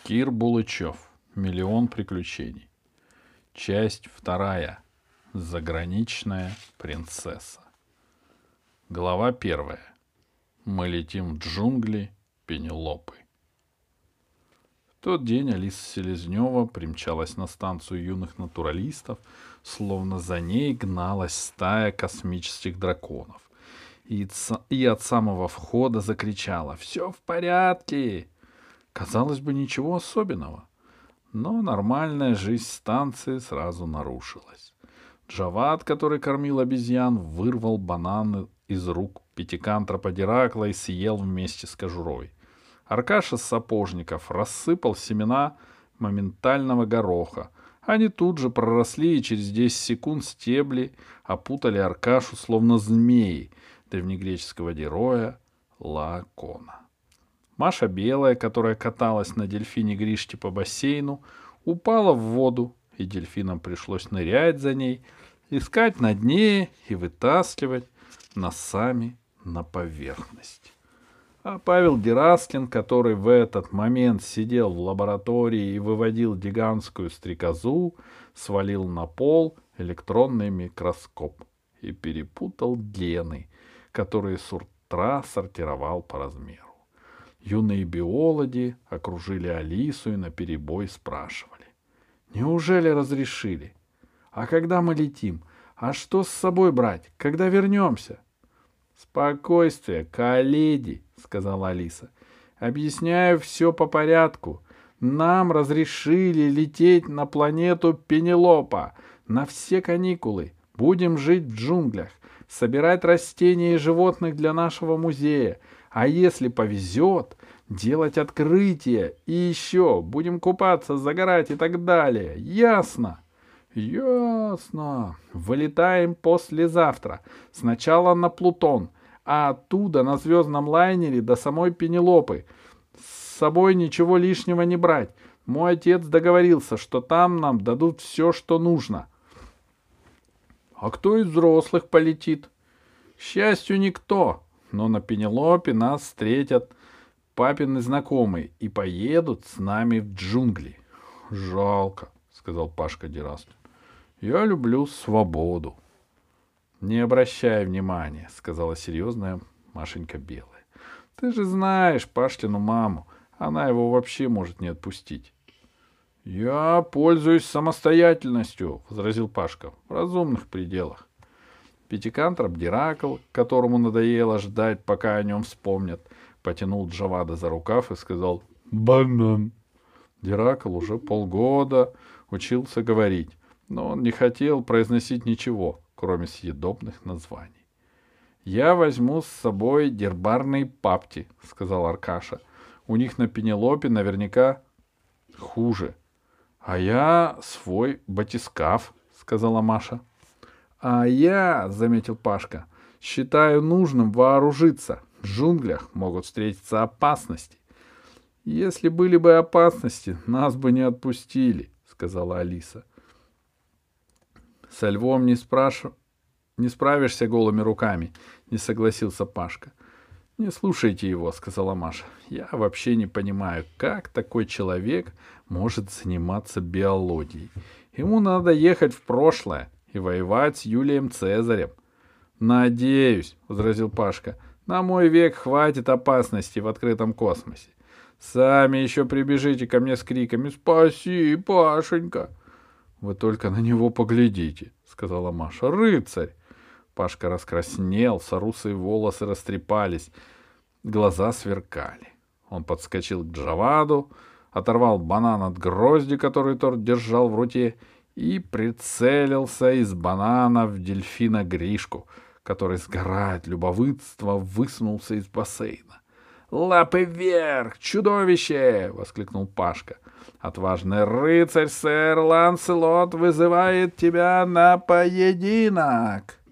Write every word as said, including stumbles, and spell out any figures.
Кир Булычев. Миллион приключений. Часть вторая. Заграничная принцесса. Глава первая. Мы летим в джунгли Пенелопы. В тот день Алиса Селезнева примчалась на станцию юных натуралистов, словно за ней гналась стая космических драконов. И, и от самого входа закричала: «Все в порядке!» Казалось бы, ничего особенного. Но нормальная жизнь станции сразу нарушилась. Джавад, который кормил обезьян, вырвал бананы из рук пятикантропа Диракла и съел вместе с кожурой. Аркаша Сапожников рассыпал семена моментального гороха. Они тут же проросли, и через десять секунд стебли опутали Аркашу, словно змеи древнегреческого героя Лаокона. Маша Белая, которая каталась на дельфине Гришти по бассейну, упала в воду, и дельфинам пришлось нырять за ней, искать на дне и вытаскивать носами на поверхность. А Павел Гераскин, который в этот момент сидел в лаборатории и выводил гигантскую стрекозу, свалил на пол электронный микроскоп и перепутал гены, которые с утра сортировал по размеру. Юные биологи окружили Алису и наперебой спрашивали: «Неужели разрешили? А когда мы летим? А что с собой брать? Когда вернемся?» «Спокойствие, коллеги», — сказала Алиса. «Объясняю все по порядку. Нам разрешили лететь на планету Пенелопа на все каникулы. Будем жить в джунглях, собирать растения и животных для нашего музея. А если повезет, делать открытия. И еще будем купаться, загорать и так далее. Ясно?» «Ясно. Вылетаем послезавтра. Сначала на Плутон, а оттуда на звездном лайнере до самой Пенелопы. С собой ничего лишнего не брать. Мой отец договорился, что там нам дадут все, что нужно». «А кто из взрослых полетит?» «К счастью, никто. Но на Пенелопе нас встретят папины знакомые и поедут с нами в джунгли». «Жалко», — сказал Пашка Дерастин. «Я люблю свободу». «Не обращай внимания», — сказала серьезная Машенька Белая. «Ты же знаешь Пашкину маму. Она его вообще может не отпустить». «Я пользуюсь самостоятельностью», — возразил Пашка, — «в разумных пределах». Пятикантроп Диракл, которому надоело ждать, пока о нем вспомнят, потянул Джавада за рукав и сказал: «Банан». Диракл уже полгода учился говорить, но он не хотел произносить ничего, кроме съедобных названий. «Я возьму с собой гербарные папти», — сказал Аркаша. «У них на Пенелопе наверняка хуже». «А я свой батискаф», — сказала Маша. «А я, — заметил Пашка, — считаю нужным вооружиться. В джунглях могут встретиться опасности». «Если были бы опасности, нас бы не отпустили», — сказала Алиса. «Со львом не, спраш... не справишься голыми руками», — не согласился Пашка. «Не слушайте его», — сказала Маша. «Я вообще не понимаю, как такой человек может заниматься биологией. Ему надо ехать в прошлое и воевать с Юлием Цезарем». «Надеюсь», — возразил Пашка, — «на мой век хватит опасностей в открытом космосе. Сами еще прибежите ко мне с криками: «Спаси, Пашенька!»» «Вы только на него поглядите», — сказала Маша. «Рыцарь!» Пашка раскраснел, русые волосы растрепались, глаза сверкали. Он подскочил к Джаваду, оторвал банан от грозди, который тот держал в руке, и прицелился из банана в дельфина Гришку, который, сгорая от любопытства, высунулся из бассейна. «Лапы вверх, чудовище!» — воскликнул Пашка. «Отважный рыцарь, сэр Ланселот, вызывает тебя на поединок!»